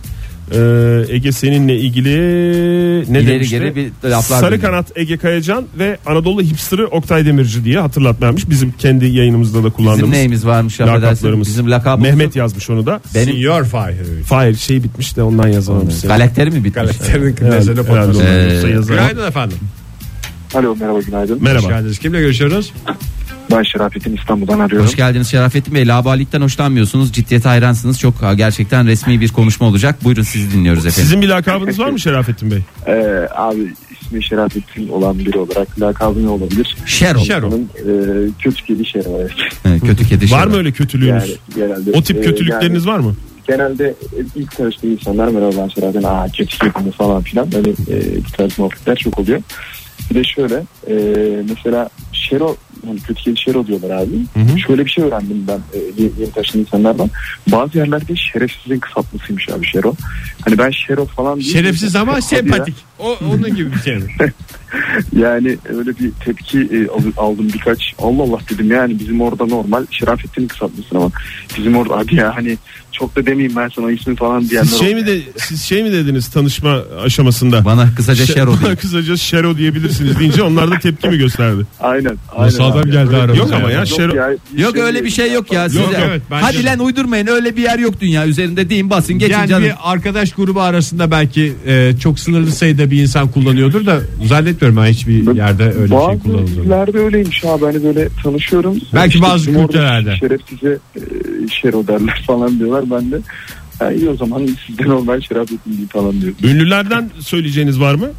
Ege seninle ilgili ne İleri demişti? geri bir laflar Sarı bilmiyorum. kanat Ege Kayacan ve Anadolu hipsterı Oktay Demirci diye hatırlatmamış. Bizim kendi yayınımızda da kullandığımız. Bizim neyimiz varmış affedersin. Lakaplarımız. Bizim lakabımız. Mehmet yazmış onu da. Benim Senior Fahir. Fahir şey bitmiş de ondan yazamamış. karakteri mi bitmiş? Karakterin Herhalde mesele patladı. yazar. Günaydın efendim. Alo merhaba günaydın. Hoş Merhaba. geldiniz. Kimle görüşüyoruz? Ben Şerafettin İstanbul'dan arıyorum. Hoş geldiniz Şerafettin Bey. Labalikten hoşlanmıyorsunuz. Ciddiyete hayransınız. Çok gerçekten resmi bir konuşma olacak. Buyurun sizi dinliyoruz efendim. Sizin bir lakabınız var mı Şerafettin Bey? Abi ismi Şerafettin olan biri olarak lakabı ne olabilir? Şero. Şero. Kötü kedi Şero evet. Kötü kedi Şero. Var mı öyle kötülüğünüz? Yani genelde, O tip kötülükleriniz var mı? Genelde ilk tanıştığım insanlar merhaba ben Şerafettin kötü kedi falan filan. Böyle bu tarz muhabbetler çok oluyor. Bir de şöyle mesela Şero hani kötü kedi Şero diyorlar abi. Hı. Şöyle bir şey öğrendim ben yeni taşınan insanlardan. Bazı yerlerde şerefsizin kısaltmasıymış abi Şero. Hani ben Şero falan değil. Şerefsiz ama Hadi sempatik. Onun gibi bir şey mi? Yani öyle bir tepki aldım birkaç. Allah Allah dedim yani bizim orada normal Şerafettin'in kısaltmasına bak. Bizim orada hadi ya hani çok da demeyeyim ben sana ismi falan diyenler Siz şey mi dediniz tanışma aşamasında? Bana kısaca Şero Bana değil. kısaca Şero diyebilirsiniz deyince onlar da tepki mi gösterdi? Aynen. Nasıl adam abi. geldi Öyle- aramıza Yok ama ya Yok Şero. ya, Yok öyle bir şey yok ya. Yok, Size. evet, bence Hadi de. lan uydurmayın. Öyle bir yer yok dünya üzerinde deyin basın geçin Yani canım. bir arkadaş grubu arasında belki çok sınırlı sayıda bir insan kullanıyordur da zannetmiyorum ben hiçbir yerde öyle bir şey Bazı kullanıldığını. dillerde öyleymiş abi hani böyle tanışıyorum. Belki bazı bizim orada kültürlerde. Şerefsize Şero derler falan diyorlar ben de. Ha, iyi o zaman sizde normal Şerafettin değil falan diyorum. Ünlülerden söyleyeceğiniz var mı?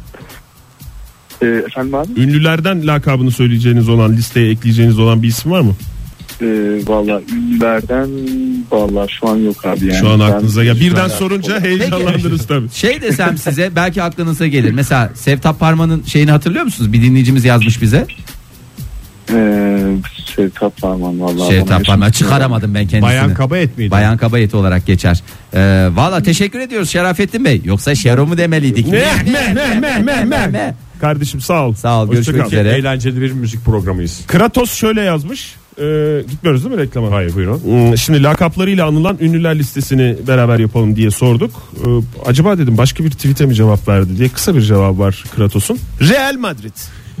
Efendim abi? Ünlülerden lakabını söyleyeceğiniz olan listeye ekleyeceğiniz olan bir isim var mı? Valla ünlülerden valla şu an yok abi yani. Şu an Ben- aklınıza gel. Birden sorunca heyecanlandınız tabii. Şey desem size belki aklınıza gelir. Mesela Sevtap Parman'ın şeyini hatırlıyor musunuz? Bir dinleyicimiz yazmış bize. Sevtap Parman valla. Sevtap Parman çıkaramadım ben kendisini. Bayan kaba et miydi? Bayan kaba eti olarak geçer. Valla teşekkür ediyoruz Şerafettin Bey. Yoksa Şero mu demeliydik? Meh. Kardeşim sağ ol. Sağ ol, Hoşça görüşmek kal. üzere. Eğlenceli bir müzik programıyız. Kratos şöyle yazmış. Gitmiyoruz değil mi reklama? Hayır buyurun. Şimdi lakaplarıyla anılan ünlüler listesini beraber yapalım diye sorduk. Acaba dedim başka bir tweet'e mi cevap verdi diye kısa bir cevap var Kratos'un. Real Madrid.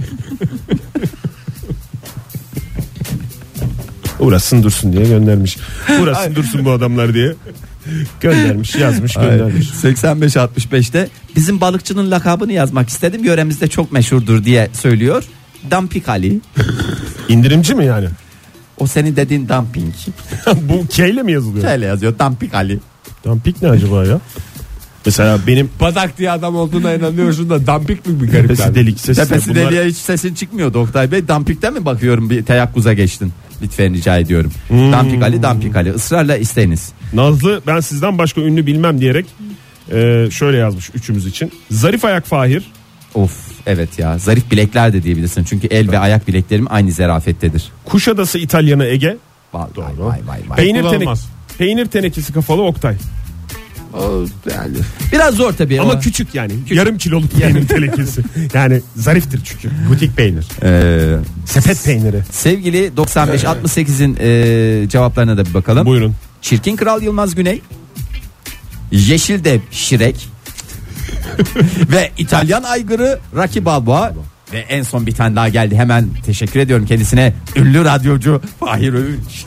Uğraşsın dursun diye göndermiş. Uğraşsın dursun bu adamlar diye göndermiş, yazmış, göndermiş. 85-65'te bizim balıkçının lakabını yazmak istedim. Yöremizde çok meşhurdur diye söylüyor. Dumping Ali. İndirimci mi yani? O senin dediğin dumping. Bu K ile mi yazılıyor? Şöyle yazıyor Dumping Ali. Dumpik ne acaba ya? Mesela benim Badak diye adam olduğuna inanıyorsun da dampik mi bir garip tepesi yani? delik sesi. Tepesi Bunlar- deliğe hiç sesin çıkmıyor Oktay Bey. Dumping'den mi bakıyorum bir teyakkuza geçtin? Lütfen rica ediyorum. Dumping Ali, Dumping Ali. Israrla isteyiniz. Nazlı ben sizden başka ünlü bilmem diyerek şöyle yazmış üçümüz için. Zarif ayak Fahir. Of evet ya, zarif bilekler de diyebilirsin. Çünkü el ve ayak bileklerim aynı zerafettedir. Kuşadası İtalyanı Ege. Vay Doğru. vay vay vay. Peynir tenekesi kafalı Oktay. Yani biraz zor tabii Ama küçük yani. Yarım kiloluk peynir tenekesi. Yani zariftir çünkü. Butik peynir. Sepet peyniri. Sevgili 95-68'in cevaplarına da bir bakalım. Buyurun. Çirkin Kral Yılmaz Güney, Yeşil Dev Şirek ve İtalyan aygırı Rocky Balboa. Ve en son bir tane daha geldi, hemen teşekkür ediyorum kendisine, ünlü radyocu Fahir Öğünç.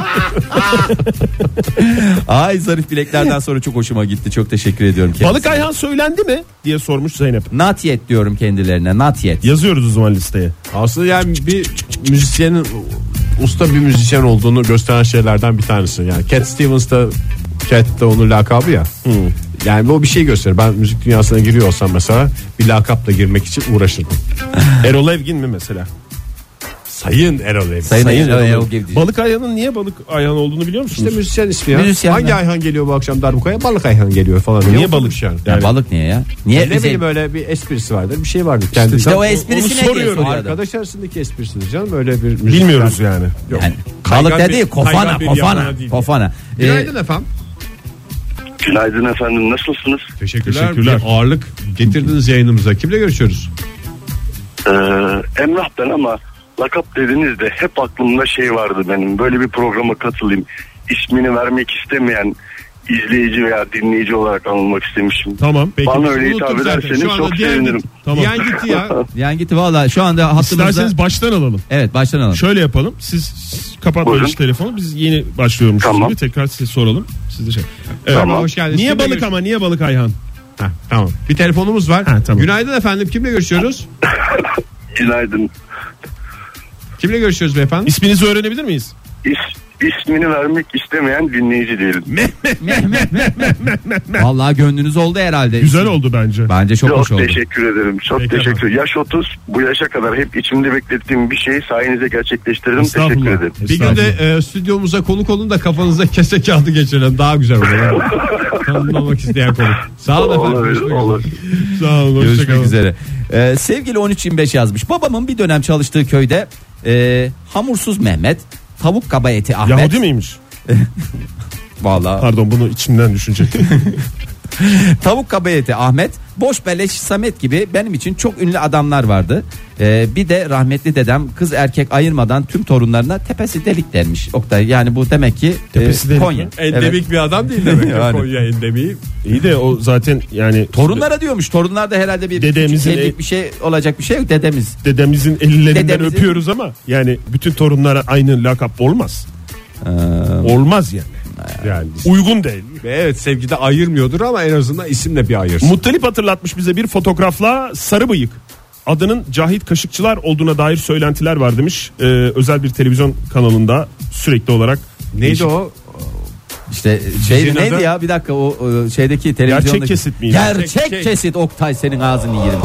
Ay zarif bileklerden sonra çok hoşuma gitti, çok teşekkür ediyorum kendisine. Balık Ayhan söylendi mi diye sormuş Zeynep. Not yet diyorum kendilerine, not yet. Yazıyoruz o zaman listeye. Aslında yani bir müzisyenin usta bir müzisyen olduğunu gösteren şeylerden bir tanesi. Yani Cat Stevens da Cat da onun lakabı ya. Yani bu bir şey gösterir. Ben müzik dünyasına giriyor olsam mesela bir lakapla girmek için uğraşırdım. Erol Evgin mi mesela? Sayın Erol Evgin. Sayın Erol Evgin. Balık Ayhan'ın niye Balık Ayhan olduğunu biliyor musunuz? İşte müzisyen ismi ya. Müzisyen Hangi ya. Ayhan geliyor bu akşam darbukaya? Balık Ayhan geliyor falan. Niye balık yani? Ya balık niye ya? Niye Ne bize... bileyim öyle bir esprisi vardır. Bir şey vardır. Kendi İşte o esprisi ne diye soruyorum. soruyor adam. arkadaş arasındaki esprisidir canım. Öyle bir müzisyen. Bilmiyoruz yani. Yok. Yani, Kaygan balık dediği bir- kofana kaygan bir yabana değil. kofana. Günaydın efendim. Günaydın efendim, nasılsınız? Teşekkürler. Teşekkürler. Bir ağırlık getirdiniz yayınımıza. Kimle görüşüyoruz? Emrah ben ama lakap dediniz de hep aklımda şey vardı benim. Böyle bir programa katılayım. İsmini vermek istemeyen izleyici veya dinleyici olarak anılmak istemişim. Tamam. Peki, Bana öyle unuttum hitap zaten. ederseniz Şu anda çok diyen sevinirim. gitti. Tamam. Diyen gitti ya. Yani gitti valla şu anda hattımızda. İsterseniz baştan alalım. Evet baştan alalım. Şöyle yapalım. Siz kapatmayın Buyurun. şu telefonu. Biz yeni başlıyormuşuz Tamam. gibi. Tekrar size soralım. Siz de şey. Evet. Tamam, hoş geldiniz. Niye Kimle balık görüş- ama niye balık Ayhan? Heh, tamam. Bir telefonumuz var. Ha, tamam. Günaydın efendim. Kimle görüşüyoruz? Günaydın. Kimle görüşüyoruz beyefendi? İsminizi öğrenebilir miyiz? İsmini vermek istemeyen dinleyici diyelim. Vallahi gönlünüz oldu herhalde. Güzel oldu bence. Bence çok hoş Çok oldu. teşekkür ederim. Çok Peki teşekkür efendim. ederim. Yaş 30. Bu yaşa kadar hep içimde beklettiğim bir şeyi sayenizde gerçekleştirdim. Estağfurullah. Teşekkür ederim. Bir gün de stüdyomuza konuk olun da kafanıza kese kağıdı geçirelim. Daha güzel olur. Tanımlamak isteyen konuk. Sağ olun efendim. Olur, Görüşmek olur. üzere. Sağ olun. Görüşmek Hoşçakalın. üzere. Sevgili 1325 yazmış. Babamın bir dönem çalıştığı köyde hamursuz Mehmet, tavuk kaba eti Ahmet. Yahudi miymiş? Vallahi. Pardon bunu içimden düşünecektim. Tavuk kaba eti Ahmet, boş beleş Samet gibi benim için çok ünlü adamlar vardı. Bir de rahmetli dedem kız erkek ayırmadan tüm torunlarına tepesi delik dermiş. Oktay yani bu demek ki Tepesi delik Konya. mi? Endemik Evet. bir adam değil demek. Yani. Konya endemiği. İyi de o zaten yani Torunlara diyormuş. Torunlar da herhalde bir Dedemizin küçük bir şey olacak bir şey yok dedemiz. dedemizin ellerinden Dedemizin- öpüyoruz ama yani bütün torunlara aynı lakap olmaz. Olmaz yani. Yani. Uygun değil. Evet sevgide ayırmıyordur ama en azından isimle bir ayırsın. Muttalip hatırlatmış bize bir fotoğrafla sarı bıyık. Adının Cahit Kaşıkçılar olduğuna dair söylentiler var demiş. Özel bir televizyon kanalında sürekli olarak. Neydi o? İşte şey Dizinin neydi adı? ya bir dakika o şeydeki televizyondaki. Gerçek kesit miydi? Gerçek Şey- kesit Oktay senin ağzını yerim.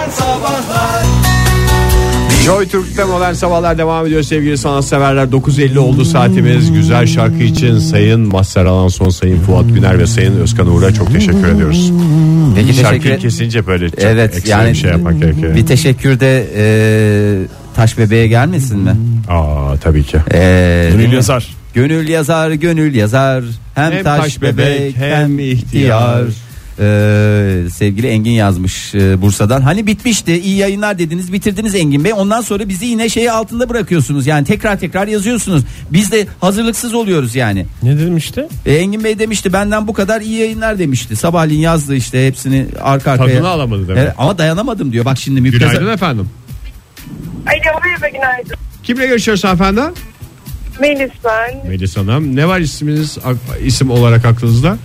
Joy Türk'te modern sabahlar devam ediyor sevgili sanatseverler. 9.50 oldu saatimiz. Güzel şarkı için Sayın Mazhar Alanson, Sayın Fuat Güner ve Sayın Özkan Uğur'a çok teşekkür ediyoruz. Peki Şarkıyı teşekkür kesince böyle çok Evet ekstra yani bir şey yapmak gerekiyor. bir teşekkür de Taş Bebeğe gelmesin mi? Aa tabii ki. Gönül yazar. Gönül yazar gönül yazar hem, taş bebek hem ihtiyar. Sevgili Engin yazmış Bursa'dan. Hani bitmişti iyi yayınlar dediniz bitirdiniz Engin Bey. Ondan sonra bizi yine şeyi altında bırakıyorsunuz. Yani tekrar yazıyorsunuz. Biz de hazırlıksız oluyoruz yani. Ne dedim işte? Engin Bey demişti benden bu kadar iyi yayınlar demişti. Sabahleyin yazdı işte hepsini arka arkaya. Tadını alamadı demek. Evet, ama dayanamadım diyor. Bak şimdi Günaydın efendim. Alo merhaba günaydın. Kimle görüşüyoruz hanımefendi? Melis ben. Melis Hanım. Ne var isminiz isim olarak aklınızda?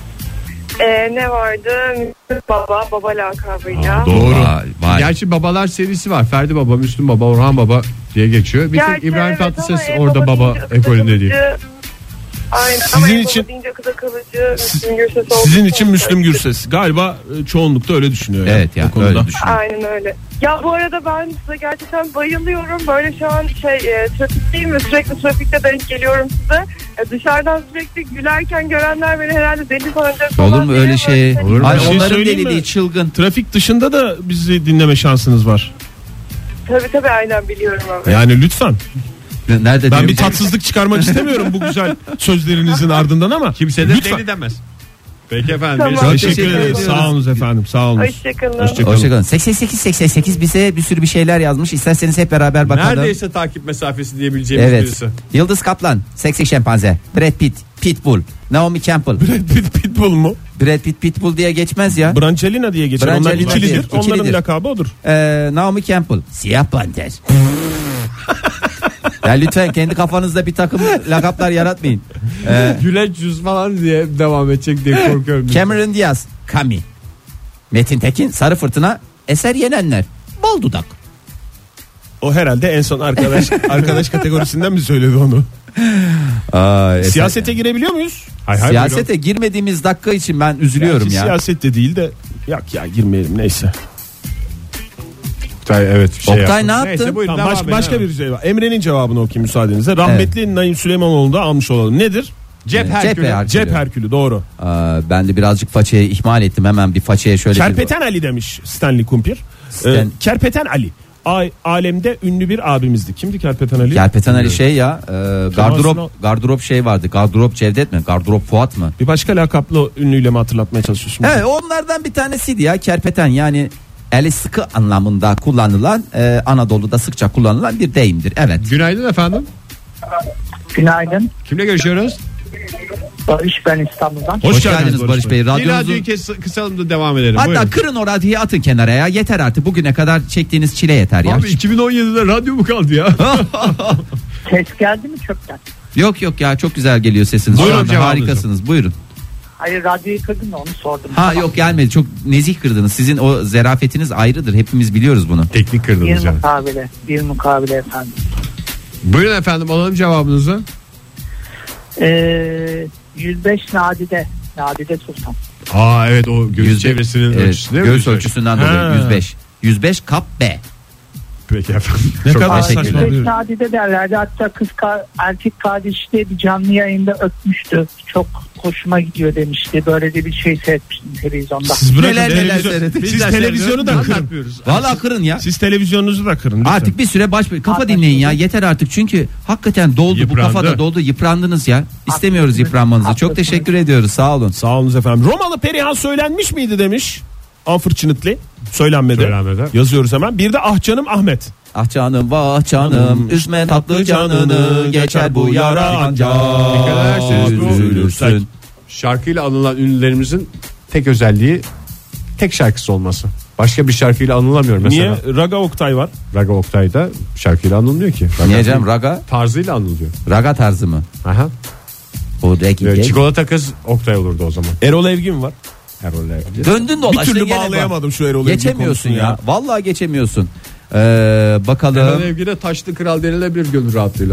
Ne vardı? Müslüm Baba lakabıyla. Doğru. Vay. Gerçi babalar serisi var. Ferdi Baba, Müslüm Baba, Orhan Baba diye geçiyor. Bir tek Gerçi İbrahim evet Tatlıses ama orada baba deyince akılda ekolünde değil. kalıcı. Aynen. Sizin Ama için- baba deyince akılda kalıcı Müslüm Gürses oldu. Sizin için Müslüm Gürses. Galiba çoğunlukta öyle düşünüyor. yani Evet ya bu konuda. öyle düşün. Aynen öyle. Ya bu arada ben size gerçekten bayılıyorum. Böyle şu an trafikteyim ve sürekli trafikte denk geliyorum size. Dışarıdan sürekli gülerken görenler beni herhalde deli sanacak falan. Olur mu diye öyle böyle şey? hani- Ay Bir şey onların söyleyeyim mi? deliliği çılgın. Trafik dışında da bizi dinleme şansınız var. Tabii aynen biliyorum abi. Yani lütfen. Nerede Ben bir diyorum? tatsızlık çıkarmak istemiyorum bu güzel sözlerinizin ardından ama. Kimse de lütfen. deli demez. Peki efendim. Tamam. Melis Çok Hanım, Teşekkür teşekkür ederiz. ediyoruz. Sağ olun efendim. Sağ olun. Hoşçakalın. Hoşçakalın. 88 bize bir sürü bir şeyler yazmış. İsterseniz hep beraber bakalım. Neredeyse takip mesafesi diyebileceğimiz Evet. birisi. Yıldız Kaplan, seksi şempanze, Brad Pitt, Pitbull, Naomi Campbell. Brad Pitt Pitbull mu? Brad Pitt Pitbull diye geçmez ya. Brangelina diye geçer. Onlar Brangelina ikilidir. değil, Onların ikilidir. lakabı odur. Naomi Campbell, Siyah Panter. Ya lütfen kendi kafanızda bir takım lakaplar yaratmayın. Güleç yüz falan diye devam edecek diye korkuyorum. Cameron Diaz, Kami. Metin Tekin, Sarı Fırtına, Eser Yenenler, Bol Dudak. O herhalde en son arkadaş kategorisinden mi söyledi onu? Siyasete girebiliyor muyuz? Hay hay, Siyasete girmediğimiz dakika için ben üzülüyorum Gerçi ya. Siyasette değil de yok ya girmeyelim neyse. Oktay, evet. Oktay ne yaptı? Neyse buyurun Tamam, devam edin. başka bir şey var. Emre'nin cevabını okuyayım müsaadenizle. Rahmetli Naim Süleymanoğlu'nu da almış olalım. Nedir? Cep Herkülü. Cep Herkülü doğru. Ben de birazcık façayı ihmal ettim. Hemen bir façaya şöyle Kerpeten Ali demiş Stanley Kumpir. Kerpeten Ali. Alemde ünlü bir abimizdi. Kimdi Kerpeten Ali? Kerpeten Ali şey ya gardırop şey vardı. Gardırop Cevdet mi? Gardırop Fuat mı? Bir başka lakaplı ünlüyle mi hatırlatmaya çalışıyorsun? Evet onlardan bir tanesiydi ya Kerpeten yani eli sıkı anlamında kullanılan Anadolu'da sıkça kullanılan bir deyimdir. Evet. Günaydın efendim. Günaydın. Kimle görüşüyoruz? Barış, ben İstanbul'dan. Hoş geldiniz Barış Bey. Bir Radyonuzu... radyoyu kısalım da devam edelim. Hatta Buyurun. kırın o radyoyu, atın kenara ya. Yeter artık. Bugüne kadar çektiğiniz çile yeter ya. Abi 2017'de radyo mu kaldı ya? Ses geldi mi çöpten? Yok ya, çok güzel geliyor sesiniz. Buyurun, Şu anda cevabınızı. harikasınız. Buyurun. Hayır, radyoyu kırdın da onu sordum. Ha yok, gelmedi. Çok nezih kırdınız. Sizin o zerafetiniz ayrıdır. Hepimiz biliyoruz bunu. Teknik kırdınız yani. Bir mukabele efendim. Buyurun efendim, alalım cevabınızı. 105 Nadide Sultan. Aa evet, o göğüs çevresinin ölçüsü değil mi? Göğüs ölçüsünden dolayı 105. 105 kap B. Peki efendim. Ne Çok kadar teşekkür saçma. ederim. 105 Nadide derlerdi. Hatta erkek kardeşi de bir canlı yayında öpmüştü. Çok hoşuma gidiyor demişti. Böyle de bir şey seyretmiştim televizyonda. Siz bırakın Neler televizyon- seyrettiniz. Siz televizyonu da kırın. Anlatmıyoruz. Valla kırın ya. Siz televizyonunuzu da kırın. lütfen. Artık bir süre kafa Anlaşıldı. dinleyin ya. Yeter artık, çünkü hakikaten doldu. Yıprandı. Bu kafada doldu. Yıprandınız ya. İstemiyoruz Haklısınız. yıpranmanızı. Çok Haklısınız. teşekkür ediyoruz. Sağ olun. Sağ olunuz efendim. Romalı Perihan söylenmiş miydi demiş. Unfortunately. Söylenmedi. Söylenmedi. Yazıyoruz hemen. Bir de ah canım Ahmet. Ah canım vah canım, üzme tatlı canını, geçer bu yara ancak Dikkat ederseniz bu üzülürsün. şarkıyla anılan ünlülerimizin tek özelliği tek şarkısı olması. Başka bir şarkıyla anılamıyor mesela. Niye? Raga Oktay var. Raga Oktay'da şarkıyla anılmıyor ki. Raga Niye canım, raga? tarzıyla anılıyor. Raga tarzı mı? Aha. O regi. Çikolata kız Oktay olurdu o zaman. Erol Evgin var. Erol Evgin. Döndün Bir dolaştın türlü gene bağlayamadım bak. şu Erol Evgin Geçemiyorsun konusunu ya. Vallahi geçemiyorsun. Erol Bakalım. Evgin'e taşlı kral denilebilir gönül rahatlığıyla.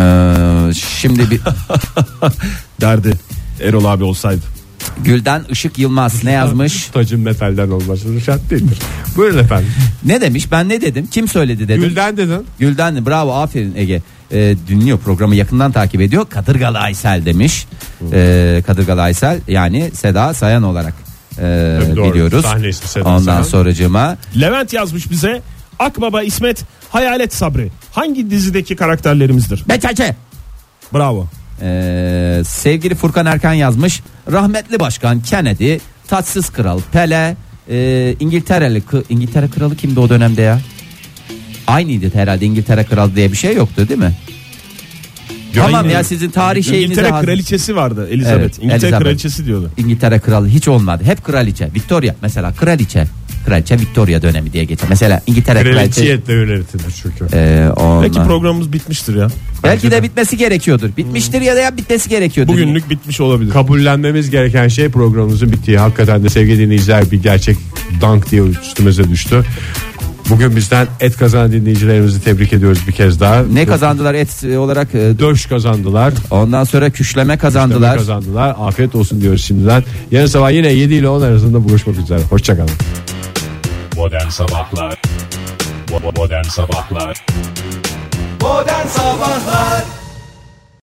Şimdi bir Derdi. Erol abi olsaydı. Gülden Işık Yılmaz ne yazmış? Tacın metalden olması şart değildir. Buyurun efendim. Ne demiş? Ben ne dedim? Kim söyledi dedim. Gülden dedin. Gülden, bravo, aferin Ege. Dinliyor programı, yakından takip ediyor. Kadırgalı Aysel demiş. Kadırgalı Aysel, yani Seda Sayan olarak doğru. biliyoruz. Sahne ismi Seda Ondan Sayan. sonracığıma Levent yazmış bize. Akbaba İsmet, Hayalet Sabri. Hangi dizideki karakterlerimizdir? Beçece. Bravo. Sevgili Furkan Erkan yazmış. Rahmetli Başkan Kennedy, tatsız kral Pele, İngiltere kralı kimdi o dönemde ya? Aynıydı herhalde, İngiltere kralı diye bir şey yoktu değil mi? Tamam Aynı. ya, sizin tarih şeyinize İngiltere hazır. kraliçesi vardı, Elizabeth. Evet, İngiltere Elizabeth. kraliçesi diyordu. İngiltere kralı hiç olmadı. Hep kraliçe. Victoria mesela, kraliçe Victoria dönemi diye geçer. Mesela İngiltere kraliçe. Kraliçeyetle yönetilir çünkü. Belki programımız bitmiştir ya. Belki de bitmesi gerekiyordur. Bitmiştir ya da bitmesi gerekiyordur. Bugünlük bitmiş olabilir. Kabullenmemiz gereken şey programımızın bittiği. Hakikaten de sevgili dinleyiciler, bir gerçek dank diye üstümüze düştü. Bugün bizden et kazanan dinleyicilerimizi tebrik ediyoruz bir kez daha. Ne kazandılar et olarak? Döş kazandılar. Ondan sonra küşleme kazandılar. Kazandılar. Afiyet olsun diyoruz şimdiden. Yarın sabah yine 7 ile 10 arasında buluşmak üzere. Hoşçakalın. Modern Sabahlar. Modern Sabahlar. Modern Sabahlar